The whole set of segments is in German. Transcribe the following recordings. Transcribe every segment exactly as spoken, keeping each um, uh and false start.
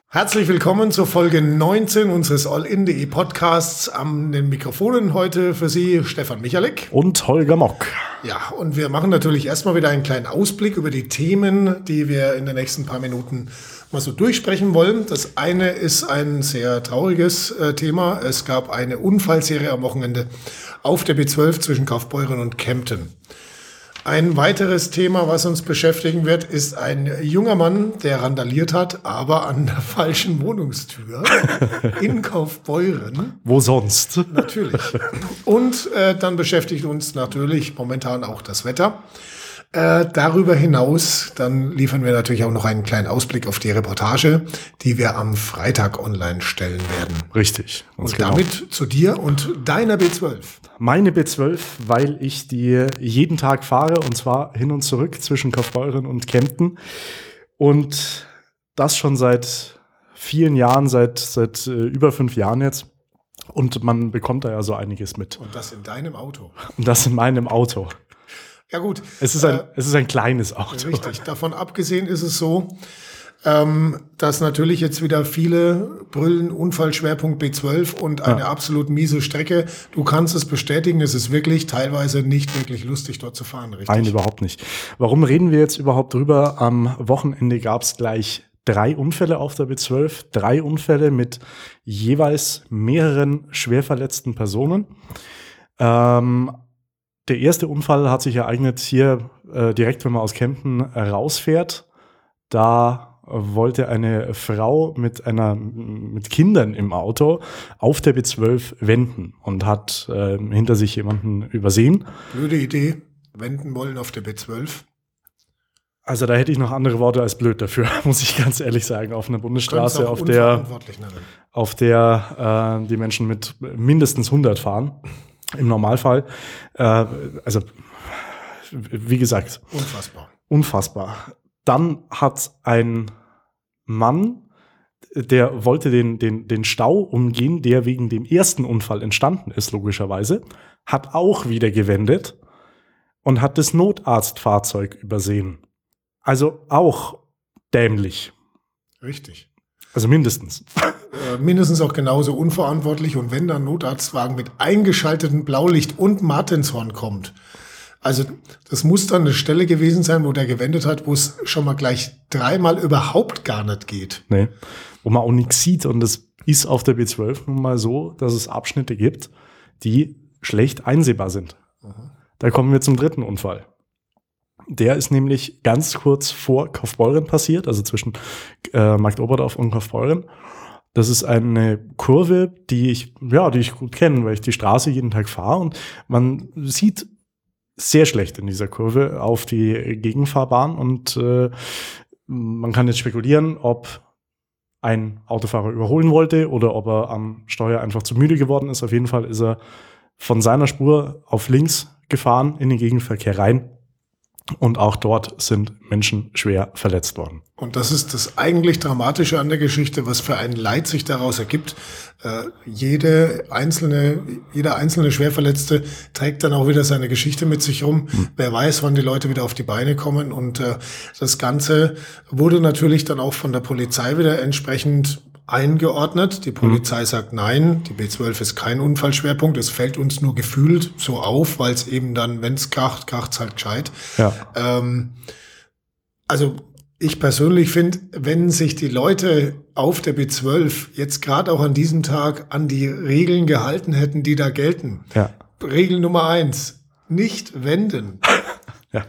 Herzlich willkommen zur Folge neunzehn unseres All-In punkt de Podcasts. An den Mikrofonen heute für Sie Stefan Michalek und Holger Mock. Ja, und wir machen natürlich erstmal wieder einen kleinen Ausblick über die Themen, die wir in den nächsten paar Minuten mal so durchsprechen wollen. Das eine ist ein sehr trauriges äh, Thema. Es gab eine Unfallserie am Wochenende auf der B zwölf zwischen Kaufbeuren und Kempten. Ein weiteres Thema, was uns beschäftigen wird, ist ein junger Mann, der randaliert hat, aber an der falschen Wohnungstür in Kaufbeuren. Wo sonst? Natürlich. Und äh, dann beschäftigt uns natürlich momentan auch das Wetter. Äh, darüber hinaus, dann liefern wir natürlich auch noch einen kleinen Ausblick auf die Reportage, die wir am Freitag online stellen werden. Richtig. Und genau. Damit zu dir und deiner B zwölf. Meine B zwölf, weil ich die jeden Tag fahre, und zwar hin und zurück zwischen Kaufbeuren und Kempten. Und das schon seit vielen Jahren, seit, seit äh, über fünf Jahren jetzt. Und man bekommt da ja so einiges mit. Und das in deinem Auto. Und das in meinem Auto. Ja gut. Es ist ein, äh, es ist ein kleines Auto. Richtig. Davon abgesehen ist es so, ähm, dass natürlich jetzt wieder viele brüllen, Unfallschwerpunkt B zwölf und eine ja. absolut miese Strecke. Du kannst es bestätigen, es ist wirklich teilweise nicht wirklich lustig, dort zu fahren. Richtig? Nein, überhaupt nicht. Warum reden wir jetzt überhaupt drüber? Am Wochenende gab es gleich drei Unfälle auf der B zwölf. Drei Unfälle mit jeweils mehreren schwer verletzten Personen. Ähm, Der erste Unfall hat sich ereignet hier äh, direkt, wenn man aus Kempten rausfährt. Da wollte eine Frau mit einer mit Kindern im Auto auf der B zwölf wenden und hat äh, hinter sich jemanden übersehen. Blöde Idee, wenden wollen auf der B zwölf. Also da hätte ich noch andere Worte als blöd dafür, muss ich ganz ehrlich sagen. Auf einer Bundesstraße, auf der, auf der äh, die Menschen mit mindestens hundert fahren. Im Normalfall. Äh, also, wie gesagt. Unfassbar. Unfassbar. Dann hat ein Mann, der wollte den, den, den Stau umgehen, der wegen dem ersten Unfall entstanden ist, logischerweise, hat auch wieder gewendet und hat das Notarztfahrzeug übersehen. Also auch dämlich. Richtig. Also mindestens. Mindestens auch genauso unverantwortlich. Und wenn dann ein Notarztwagen mit eingeschaltetem Blaulicht und Martinshorn kommt, also das muss dann eine Stelle gewesen sein, wo der gewendet hat, wo es schon mal gleich dreimal überhaupt gar nicht geht. Nee, wo man auch nichts sieht. Und es ist auf der B zwölf nun mal so, dass es Abschnitte gibt, die schlecht einsehbar sind. Mhm. Da kommen wir zum dritten Unfall. Der ist nämlich ganz kurz vor Kaufbeuren passiert, also zwischen äh, Marktoberdorf und Kaufbeuren. Das ist eine Kurve, die ich, ja, die ich gut kenne, weil ich die Straße jeden Tag fahre und man sieht sehr schlecht in dieser Kurve auf die Gegenfahrbahn und äh, man kann jetzt spekulieren, ob ein Autofahrer überholen wollte oder ob er am Steuer einfach zu müde geworden ist. Auf jeden Fall ist er von seiner Spur auf links gefahren in den Gegenverkehr rein. Und auch dort sind Menschen schwer verletzt worden. Und das ist das eigentlich Dramatische an der Geschichte, was für ein Leid sich daraus ergibt. Äh, jede einzelne, jeder einzelne Schwerverletzte trägt dann auch wieder seine Geschichte mit sich rum. Hm. Wer weiß, wann die Leute wieder auf die Beine kommen. Und äh, das Ganze wurde natürlich dann auch von der Polizei wieder entsprechend eingeordnet. Die Polizei mhm. sagt nein, die B zwölf ist kein Unfallschwerpunkt. Es fällt uns nur gefühlt so auf, weil es eben dann, wenn es kracht, kracht es halt gescheit. Ja. Ähm, also ich persönlich finde, wenn sich die Leute auf der B zwölf jetzt gerade auch an diesem Tag an die Regeln gehalten hätten, die da gelten. Ja. Regel Nummer eins, nicht wenden. Ja.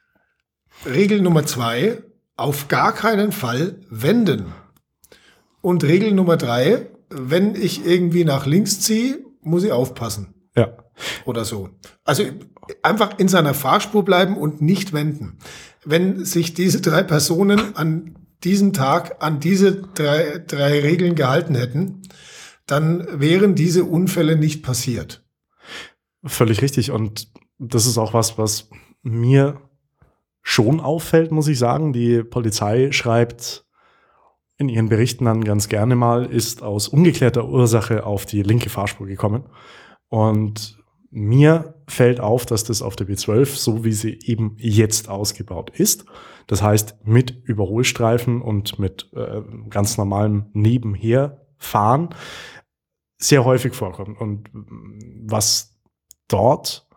Regel Nummer zwei, auf gar keinen Fall wenden. Und Regel Nummer drei, wenn ich irgendwie nach links ziehe, muss ich aufpassen. Ja. Oder so. Also einfach in seiner Fahrspur bleiben und nicht wenden. Wenn sich diese drei Personen an diesem Tag an diese drei, drei Regeln gehalten hätten, dann wären diese Unfälle nicht passiert. Völlig richtig. Und das ist auch was, was mir schon auffällt, muss ich sagen. Die Polizei schreibt in ihren Berichten dann ganz gerne mal, ist aus ungeklärter Ursache auf die linke Fahrspur gekommen. Und Mir fällt auf, dass das auf der B zwölf, so wie sie eben jetzt ausgebaut ist, das heißt mit Überholstreifen und mit äh, ganz normalem Nebenherfahren, sehr häufig vorkommt. Und was dort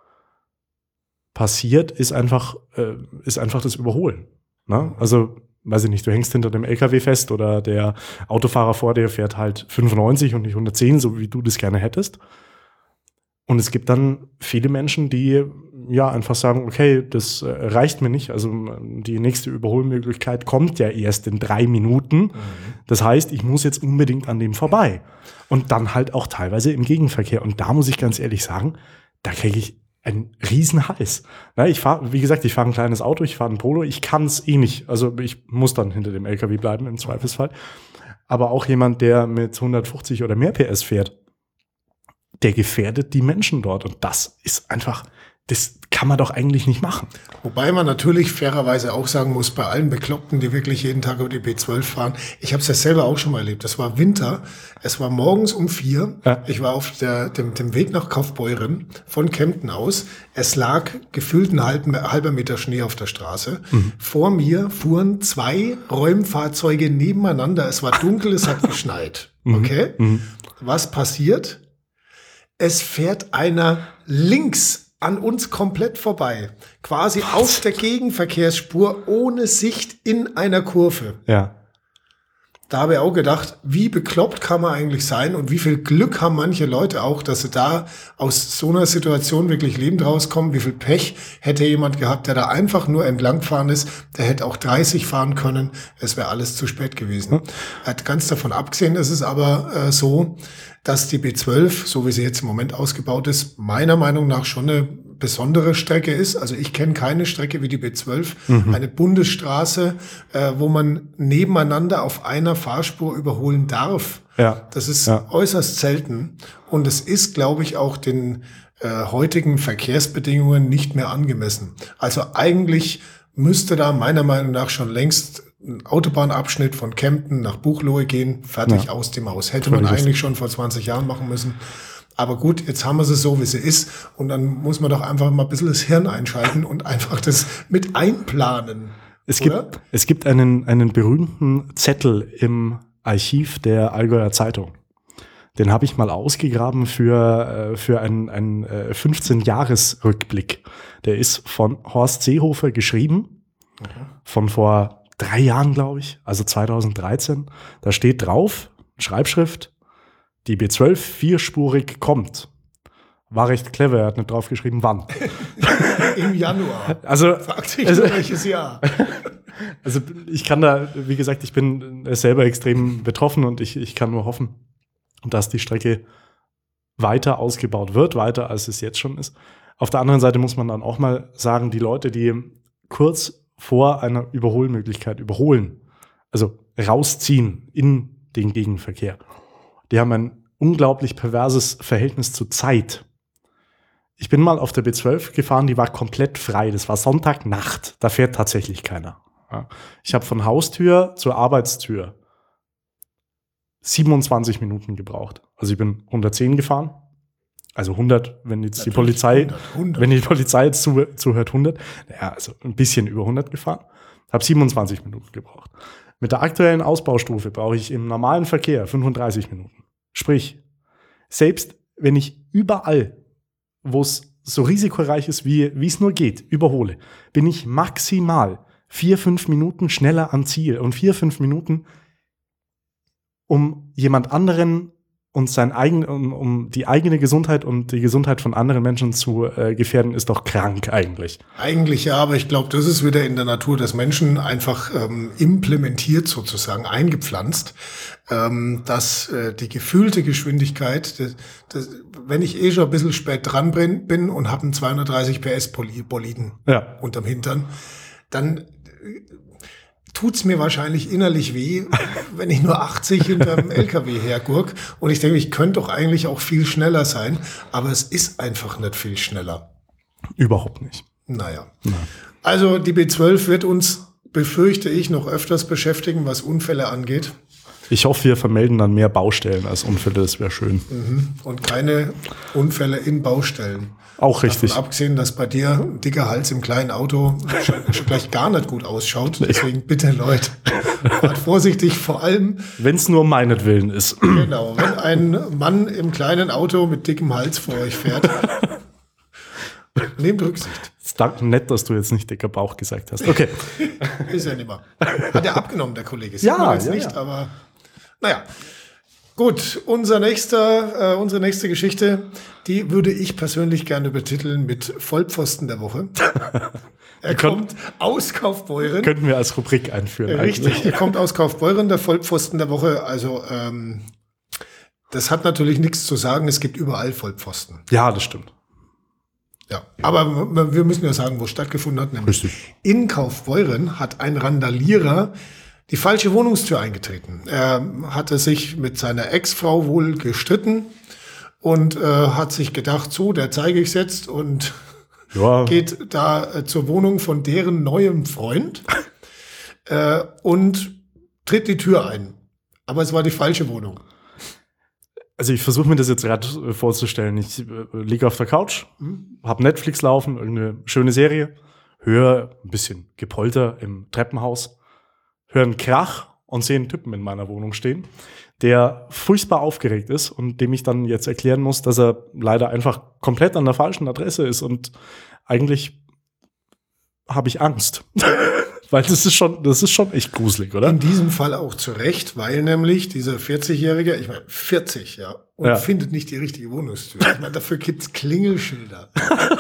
passiert, ist einfach, äh, ist einfach das Überholen. Ne? Also, weiß ich nicht, du hängst hinter dem L K W fest oder der Autofahrer vor dir fährt halt fünfundneunzig und nicht hundertzehn, so wie du das gerne hättest. Und es gibt dann viele Menschen, die ja einfach sagen, okay, das äh, reicht mir nicht. Also die nächste Überholmöglichkeit kommt ja erst in drei Minuten. Mhm. Das heißt, ich muss jetzt unbedingt an dem vorbei. Und dann halt auch teilweise im Gegenverkehr. Und da muss ich ganz ehrlich sagen, da kriege ich einen riesen Hals. Na, ich fahre, wie gesagt, ich fahre ein kleines Auto, ich fahre ein Polo, ich kann es eh nicht. Also ich muss dann hinter dem L K W bleiben im Zweifelsfall. Aber auch jemand, der mit hundertfünfzig oder mehr P S fährt, der gefährdet die Menschen dort. Und das ist einfach, das kann man doch eigentlich nicht machen. Wobei man natürlich fairerweise auch sagen muss, bei allen Bekloppten, die wirklich jeden Tag über die B zwölf fahren, ich habe es ja selber auch schon mal erlebt, es war Winter, es war morgens um vier, ja. Ich war auf der, dem, dem Weg nach Kaufbeuren von Kempten aus, es lag gefühlt ein halben, halber Meter Schnee auf der Straße, mhm. Vor mir fuhren zwei Räumfahrzeuge nebeneinander, es war dunkel, es hat geschneit, okay? Mhm. Was passiert? Es fährt einer links an uns komplett vorbei. Quasi Was? Auf der Gegenverkehrsspur ohne Sicht in einer Kurve. Ja. Da habe ich auch gedacht, wie bekloppt kann man eigentlich sein und wie viel Glück haben manche Leute auch, dass sie da aus so einer Situation wirklich lebend rauskommen. Wie viel Pech hätte jemand gehabt, der da einfach nur entlangfahren ist. Der hätte auch dreißig fahren können. Es wäre alles zu spät gewesen. Hm. Er hat ganz davon abgesehen, ist es aber äh, so, dass die B zwölf, so wie sie jetzt im Moment ausgebaut ist, meiner Meinung nach schon eine besondere Strecke ist. Also ich kenne keine Strecke wie die B zwölf, mhm. Eine Bundesstraße, äh, wo man nebeneinander auf einer Fahrspur überholen darf. Ja. Das ist ja. äußerst selten und es ist, glaube ich, auch den äh, heutigen Verkehrsbedingungen nicht mehr angemessen. Also eigentlich müsste da meiner Meinung nach schon längst ein Autobahnabschnitt von Kempten nach Buchloe gehen, fertig ja. aus dem Haus. Hätte man eigentlich schon vor zwanzig Jahren machen müssen. Aber gut, jetzt haben wir sie so, wie sie ist. Und dann muss man doch einfach mal ein bisschen das Hirn einschalten und einfach das mit einplanen. Es gibt, es gibt einen, einen berühmten Zettel im Archiv der Allgäuer Zeitung. Den habe ich mal ausgegraben für, für einen, einen fünfzehn-Jahres-Rückblick. Der ist von Horst Seehofer geschrieben, okay. Von vor drei Jahren, glaube ich, also zweitausenddreizehn. Da steht drauf, Schreibschrift, die B zwölf vierspurig kommt. War recht clever, er hat nicht drauf geschrieben, wann. Im Januar. Also, fragt sich also, nur, welches Jahr. Also ich kann da, wie gesagt, ich bin selber extrem betroffen und ich, ich kann nur hoffen, dass die Strecke weiter ausgebaut wird, weiter als es jetzt schon ist. Auf der anderen Seite muss man dann auch mal sagen, die Leute, die kurz vor einer Überholmöglichkeit überholen, also rausziehen in den Gegenverkehr, die haben ein unglaublich perverses Verhältnis zur Zeit. Ich bin mal auf der B zwölf gefahren, die war komplett frei. Das war Sonntagnacht, da fährt tatsächlich keiner. Ja. Ich habe von Haustür zur Arbeitstür siebenundzwanzig Minuten gebraucht. Also ich bin hundertzehn gefahren. Also hundert, wenn jetzt Natürlich die Polizei, hundert, hundert. Wenn die Polizei jetzt zu, zuhört, hundert. Ja, also ein bisschen über hundert gefahren. Habe siebenundzwanzig Minuten gebraucht. Mit der aktuellen Ausbaustufe brauche ich im normalen Verkehr fünfunddreißig Minuten. Sprich, selbst wenn ich überall, wo es so risikoreich ist, wie wie es nur geht, überhole, bin ich maximal vier, fünf Minuten schneller am Ziel. Und vier, fünf Minuten, um jemand anderen und sein eigen, um, um die eigene Gesundheit und die Gesundheit von anderen Menschen zu äh, gefährden, ist doch krank eigentlich. Eigentlich ja, aber ich glaube, das ist wieder in der Natur des Menschen einfach ähm, implementiert sozusagen, eingepflanzt, ähm, dass äh, die gefühlte Geschwindigkeit, das, das, wenn ich eh schon ein bisschen spät dran bin, bin und habe einen zweihundertdreißig P S Boliden ja. unterm Hintern, dann tut's mir wahrscheinlich innerlich weh, wenn ich nur achtzig hinterm L K W hergurk. Und ich denke, ich könnte doch eigentlich auch viel schneller sein. Aber es ist einfach nicht viel schneller. Überhaupt nicht. Naja. Nein. Also die B zwölf wird uns, befürchte ich, noch öfters beschäftigen, was Unfälle angeht. Ich hoffe, wir vermelden dann mehr Baustellen als Unfälle, das wäre schön. Mhm. Und keine Unfälle in Baustellen. Auch richtig. Davon abgesehen, dass bei dir ein dicker Hals im kleinen Auto schon, schon gleich gar nicht gut ausschaut. Deswegen bitte, Leute, fahrt vorsichtig, vor allem. Wenn es nur meinetwillen ist. Genau, wenn ein Mann im kleinen Auto mit dickem Hals vor euch fährt, nehmt Rücksicht. Es ist nett, dass du jetzt nicht dicker Bauch gesagt hast. Okay. Ist ja nicht mehr. Hat er abgenommen, der Kollege. Ja, Sieht man jetzt ja, nicht, ja. aber naja. Gut, unser nächster, äh, unsere nächste Geschichte, die würde ich persönlich gerne betiteln mit Vollpfosten der Woche. Er kommt aus Kaufbeuren. Könnten wir als Rubrik einführen. Richtig, eigentlich. Er kommt aus Kaufbeuren, der Vollpfosten der Woche. Also ähm, das hat natürlich nichts zu sagen, es gibt überall Vollpfosten. Ja, das stimmt. Ja, aber wir müssen ja sagen, wo es stattgefunden hat. Nämlich Richtig. in Kaufbeuren hat ein Randalierer die falsche Wohnungstür eingetreten. Er hatte sich mit seiner Ex-Frau wohl gestritten und äh, hat sich gedacht, so, der zeige ich jetzt und Ja. geht da äh, zur Wohnung von deren neuem Freund äh, und tritt die Tür ein. Aber es war die falsche Wohnung. Also ich versuche mir das jetzt gerade vorzustellen. Ich äh, liege auf der Couch, Hm? habe Netflix laufen, irgendeine schöne Serie, höre ein bisschen Gepolter im Treppenhaus, höre einen Krach und sehe einen Typen in meiner Wohnung stehen, der furchtbar aufgeregt ist und dem ich dann jetzt erklären muss, dass er leider einfach komplett an der falschen Adresse ist und eigentlich habe ich Angst. Weil das ist schon, das ist schon echt gruselig, oder? In diesem Fall auch zu Recht, weil nämlich dieser vierzig-Jährige, ich meine vierzig, ja, und Ja. findet nicht die richtige Wohnungstür. Ich meine, dafür gibt's Klingelschilder.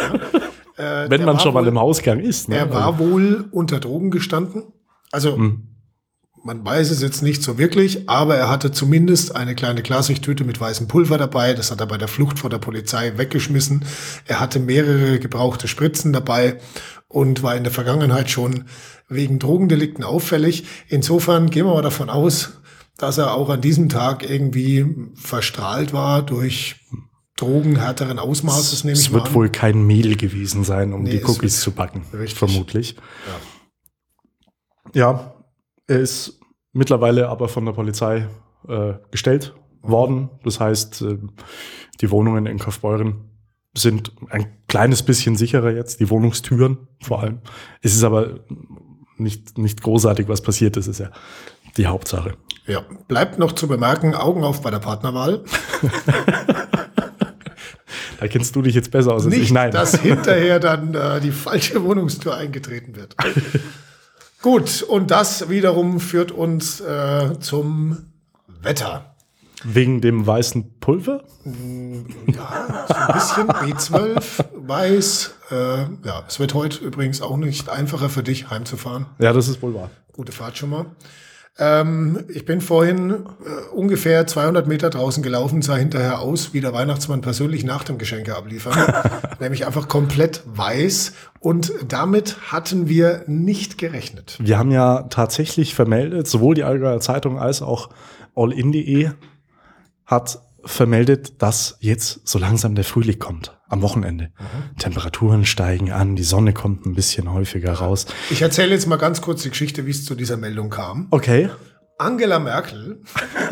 ja. äh, Wenn der man war schon wohl, mal im Ausgang ist. Ne? Er war wohl unter Drogen gestanden. Also Hm. man weiß es jetzt nicht so wirklich, aber er hatte zumindest eine kleine Klarsichttüte mit weißem Pulver dabei. Das hat er bei der Flucht vor der Polizei weggeschmissen. Er hatte mehrere gebrauchte Spritzen dabei und war in der Vergangenheit schon wegen Drogendelikten auffällig. Insofern gehen wir mal davon aus, dass er auch an diesem Tag irgendwie verstrahlt war durch Drogen härteren Ausmaßes, nehme ich Es mal wird an. wohl kein Mehl gewesen sein, um Nee, die es Cookies wird- zu backen. Richtig. Vermutlich. Ja, er ist mittlerweile aber von der Polizei äh, gestellt worden. Das heißt, äh, die Wohnungen in Kaufbeuren sind ein kleines bisschen sicherer jetzt, die Wohnungstüren vor allem. Es ist aber nicht, nicht großartig, was passiert ist, ist ja die Hauptsache. Ja, bleibt noch zu bemerken, Augen auf bei der Partnerwahl. Da kennst du dich jetzt besser aus als Nicht, ich. Nein. dass hinterher dann äh, die falsche Wohnungstür eingetreten wird. Gut, und das wiederum führt uns äh, zum Wetter. Wegen dem weißen Pulver? Ja, so ein bisschen B zwölf, weiß. Äh, ja, es wird heute übrigens auch nicht einfacher für dich, heimzufahren. Ja, das ist wohl wahr. Gute Fahrt schon mal. Ähm, ich bin vorhin äh, ungefähr zweihundert Meter draußen gelaufen, sah hinterher aus, wie der Weihnachtsmann persönlich nach dem Geschenke abliefern. Nämlich einfach komplett weiß. Und damit hatten wir nicht gerechnet. Wir haben ja tatsächlich vermeldet, sowohl die Allgäuer Zeitung als auch allin punkt de hat vermeldet, dass jetzt so langsam der Frühling kommt, am Wochenende. Mhm. Temperaturen steigen an, die Sonne kommt ein bisschen häufiger raus. Ich erzähle jetzt mal ganz kurz die Geschichte, wie es zu dieser Meldung kam. Okay. Angela Merkel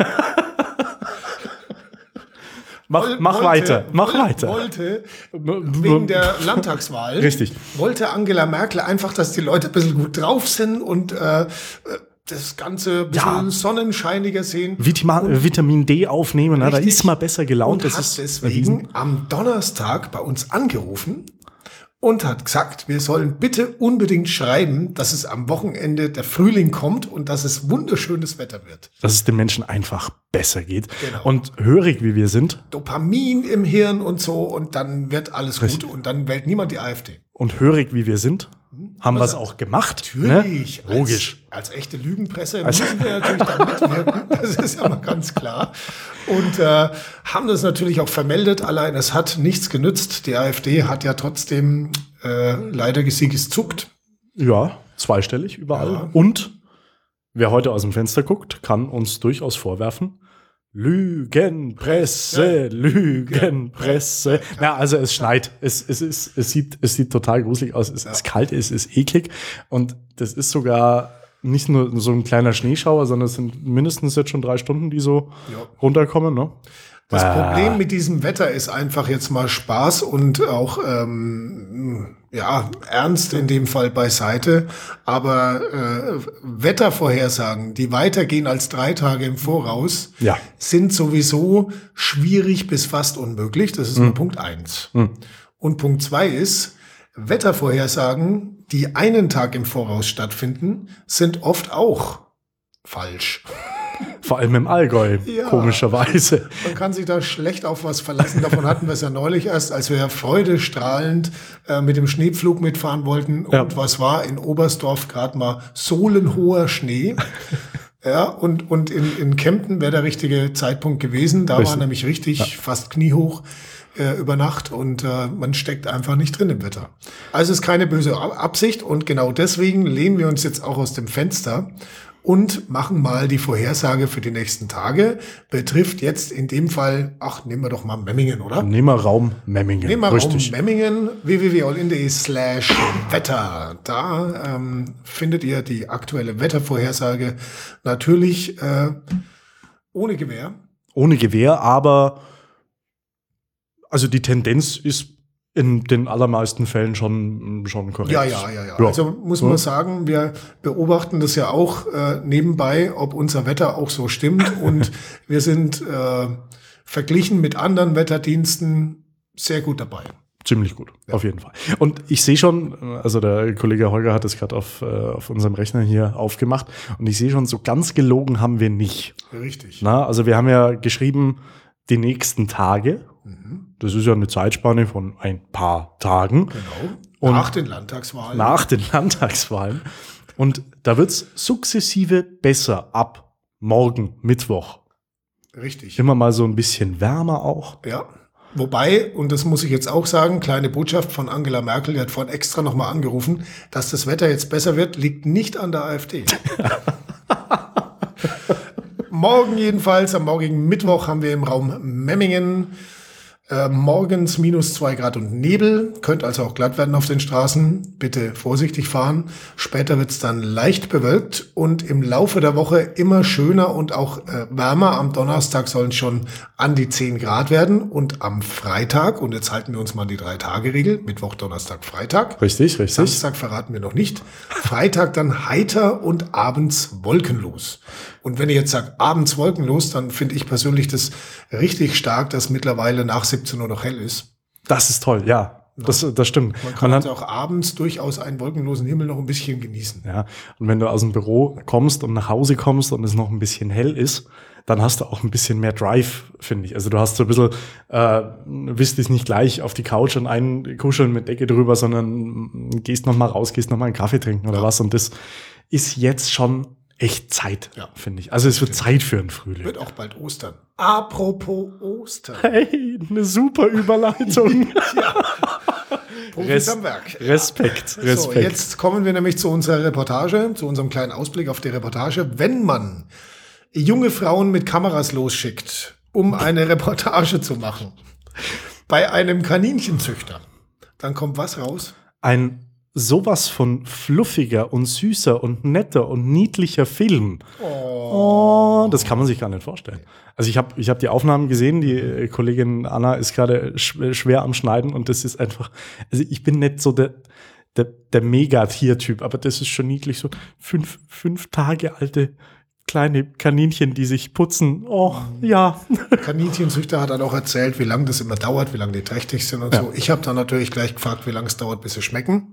Mach, Woll- mach wollte, weiter, mach woll- weiter. Wollte wegen der Landtagswahl. Richtig. Wollte Angela Merkel einfach, dass die Leute ein bisschen gut drauf sind und äh, das Ganze ein bisschen Ja. sonnenscheiniger sehen. Vitima, Vitamin D aufnehmen, na, da Richtig. ist man besser gelaunt. Und Das hat ist deswegen erwiesen. am Donnerstag bei uns angerufen und hat gesagt, wir sollen bitte unbedingt schreiben, dass es am Wochenende der Frühling kommt und dass es wunderschönes Wetter wird. Dass es den Menschen einfach besser geht. Genau. Und hörig wie wir sind Dopamin im Hirn und so und dann wird alles Richtig. gut und dann wählt niemand die AfD. und hörig wie wir sind, haben wir es Also, auch gemacht. Natürlich. Ne? Logisch. Als, als echte Lügenpresse Also- müssen wir natürlich da mitwirken. Das ist ja mal ganz klar. Und äh, haben das natürlich auch vermeldet. Allein es hat nichts genützt. Die AfD hat ja trotzdem äh, leider gesiegeszuckt. Ja, zweistellig überall. Ja. Und wer heute aus dem Fenster guckt, kann uns durchaus vorwerfen, Lügenpresse, Lügenpresse. Na, also es schneit. Es, es, ist, es, sieht, es sieht total gruselig aus. Es ist kalt, es ist eklig. Und das ist sogar nicht nur so ein kleiner Schneeschauer, sondern es sind mindestens jetzt schon drei Stunden, die so Ja. runterkommen, ne? Das Ah. Problem mit diesem Wetter ist einfach jetzt mal Spaß und auch ähm, ja Ernst in dem Fall beiseite. Aber äh, Wettervorhersagen, die weitergehen als drei Tage im Voraus, Ja. sind sowieso schwierig bis fast unmöglich. Das ist nur Punkt eins. Mhm. Und Punkt zwei ist, Wettervorhersagen, die einen Tag im Voraus stattfinden, sind oft auch falsch. Vor allem im Allgäu, Ja. komischerweise. Man kann sich da schlecht auf was verlassen. Davon hatten wir es ja neulich erst, als wir freudestrahlend äh, mit dem Schneepflug mitfahren wollten. Und Ja. was war in Oberstdorf gerade mal sohlenhoher Schnee. Ja, und, und in, in Kempten wäre der richtige Zeitpunkt gewesen. Da Richtig. war nämlich richtig Ja. fast kniehoch äh, über Nacht und äh, man steckt einfach nicht drin im Wetter. Also es ist keine böse Absicht und genau deswegen lehnen wir uns jetzt auch aus dem Fenster und machen mal die Vorhersage für die nächsten Tage. Betrifft jetzt in dem Fall, ach, nehmen wir doch mal Memmingen, oder? Nehmen wir Raum Memmingen. Nehmen wir Raum Richtig. Memmingen, w w w punkt all in punkt de slash Wetter. Da ähm, findet ihr die aktuelle Wettervorhersage natürlich äh, ohne Gewähr. Ohne Gewehr, aber also die Tendenz ist in den allermeisten Fällen schon, schon korrekt. Ja, ja, ja, ja. Ja. Also muss man sagen, wir beobachten das ja auch äh, nebenbei, ob unser Wetter auch so stimmt. Und wir sind äh, verglichen mit anderen Wetterdiensten sehr gut dabei. Ziemlich gut, auf jeden Fall. Und ich sehe schon, also der Kollege Holger hat es gerade auf, äh, auf unserem Rechner hier aufgemacht und ich sehe schon, so ganz gelogen haben wir nicht. Richtig. Na, also wir haben ja geschrieben, die nächsten Tage. Mhm. Das ist ja eine Zeitspanne von ein paar Tagen. Genau. Und nach den Landtagswahlen. Nach den Landtagswahlen. Und da wird es sukzessive besser ab morgen, Mittwoch. Richtig. Immer mal so ein bisschen wärmer auch. Ja. Wobei, und das muss ich jetzt auch sagen, kleine Botschaft von Angela Merkel, die hat vorhin extra nochmal angerufen, dass das Wetter jetzt besser wird, liegt nicht an der AfD. Morgen jedenfalls, am morgigen Mittwoch haben wir im Raum Memmingen äh, morgens minus zwei Grad und Nebel. Könnte also auch glatt werden auf den Straßen. Bitte vorsichtig fahren. Später wird es dann leicht bewölkt und im Laufe der Woche immer schöner und auch äh, wärmer. Am Donnerstag sollen schon an die zehn Grad werden und am Freitag, und jetzt halten wir uns mal an die Drei-Tage-Regel, Mittwoch, Donnerstag, Freitag. Richtig, richtig. Samstag verraten wir noch nicht. Freitag dann heiter und abends wolkenlos. Und wenn ihr jetzt sagt, abends wolkenlos, dann finde ich persönlich das richtig stark, dass mittlerweile nach siebzehn Uhr noch hell ist. Das ist toll, ja. Das, das stimmt. Man kann Man hat, also auch abends durchaus einen wolkenlosen Himmel noch ein bisschen genießen. ja, und wenn du aus dem Büro kommst und nach Hause kommst und es noch ein bisschen hell ist, dann hast du auch ein bisschen mehr Drive, finde ich. Also du hast so ein bisschen, äh, willst dich nicht gleich auf die Couch und einkuscheln mit Decke drüber, sondern gehst noch mal raus, gehst noch mal einen Kaffee trinken oder Ja. was. Und das ist jetzt schon echt Zeit, Ja. finde ich. Also es wird Zeit für einen Frühling. Wird auch bald Ostern. Apropos Ostern. Hey, eine super Überleitung. Profis Res- am Werk. Respekt, Respekt. So, jetzt kommen wir nämlich zu unserer Reportage, zu unserem kleinen Ausblick auf die Reportage. Wenn man junge Frauen mit Kameras losschickt, um eine Reportage zu machen, bei einem Kaninchenzüchter, dann kommt was raus? Ein sowas von fluffiger und süßer und netter und niedlicher Film. Oh, das kann man sich gar nicht vorstellen. Also ich habe ich hab die Aufnahmen gesehen, die äh, Kollegin Anna ist gerade sch- schwer am Schneiden und das ist einfach, also ich bin nicht so der, der, der Megatiertyp, aber das ist schon niedlich, so fünf, fünf Tage alte kleine Kaninchen, die sich putzen. Oh, ja. Der Kaninchenzüchter hat dann auch erzählt, wie lange das immer dauert, wie lange die trächtig sind und Ja. so. Ich habe dann natürlich gleich gefragt, wie lange es dauert, bis sie schmecken.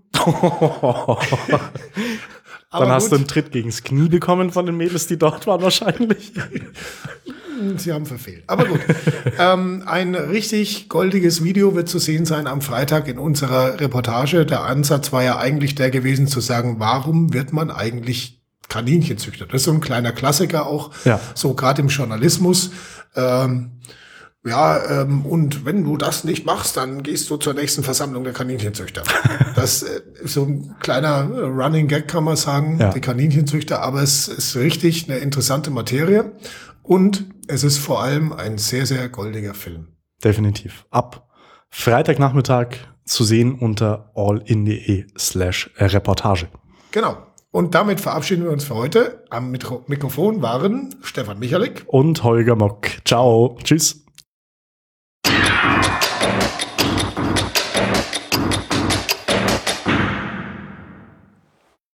Dann hast du einen Tritt gegens Knie bekommen von den Mädels, die dort waren wahrscheinlich. Sie haben verfehlt. Aber gut. ähm, ein richtig goldiges Video wird zu sehen sein am Freitag in unserer Reportage. Der Ansatz war ja eigentlich der gewesen, zu sagen, warum wird man eigentlich Kaninchenzüchter? Das ist so ein kleiner Klassiker auch, Ja. so gerade im Journalismus. Ähm, ja, ähm, und wenn du das nicht machst, dann gehst du zur nächsten Versammlung der Kaninchenzüchter. Das äh, ist so ein kleiner äh, Running Gag, kann man sagen, Ja. die Kaninchenzüchter, aber es ist richtig eine interessante Materie und es ist vor allem ein sehr, sehr goldiger Film. Definitiv. Ab Freitagnachmittag zu sehen unter allin.de slash Reportage. Genau. Und damit verabschieden wir uns für heute. Am Mikro- Mikrofon waren Stefan Michalik und Holger Mock. Ciao. Tschüss.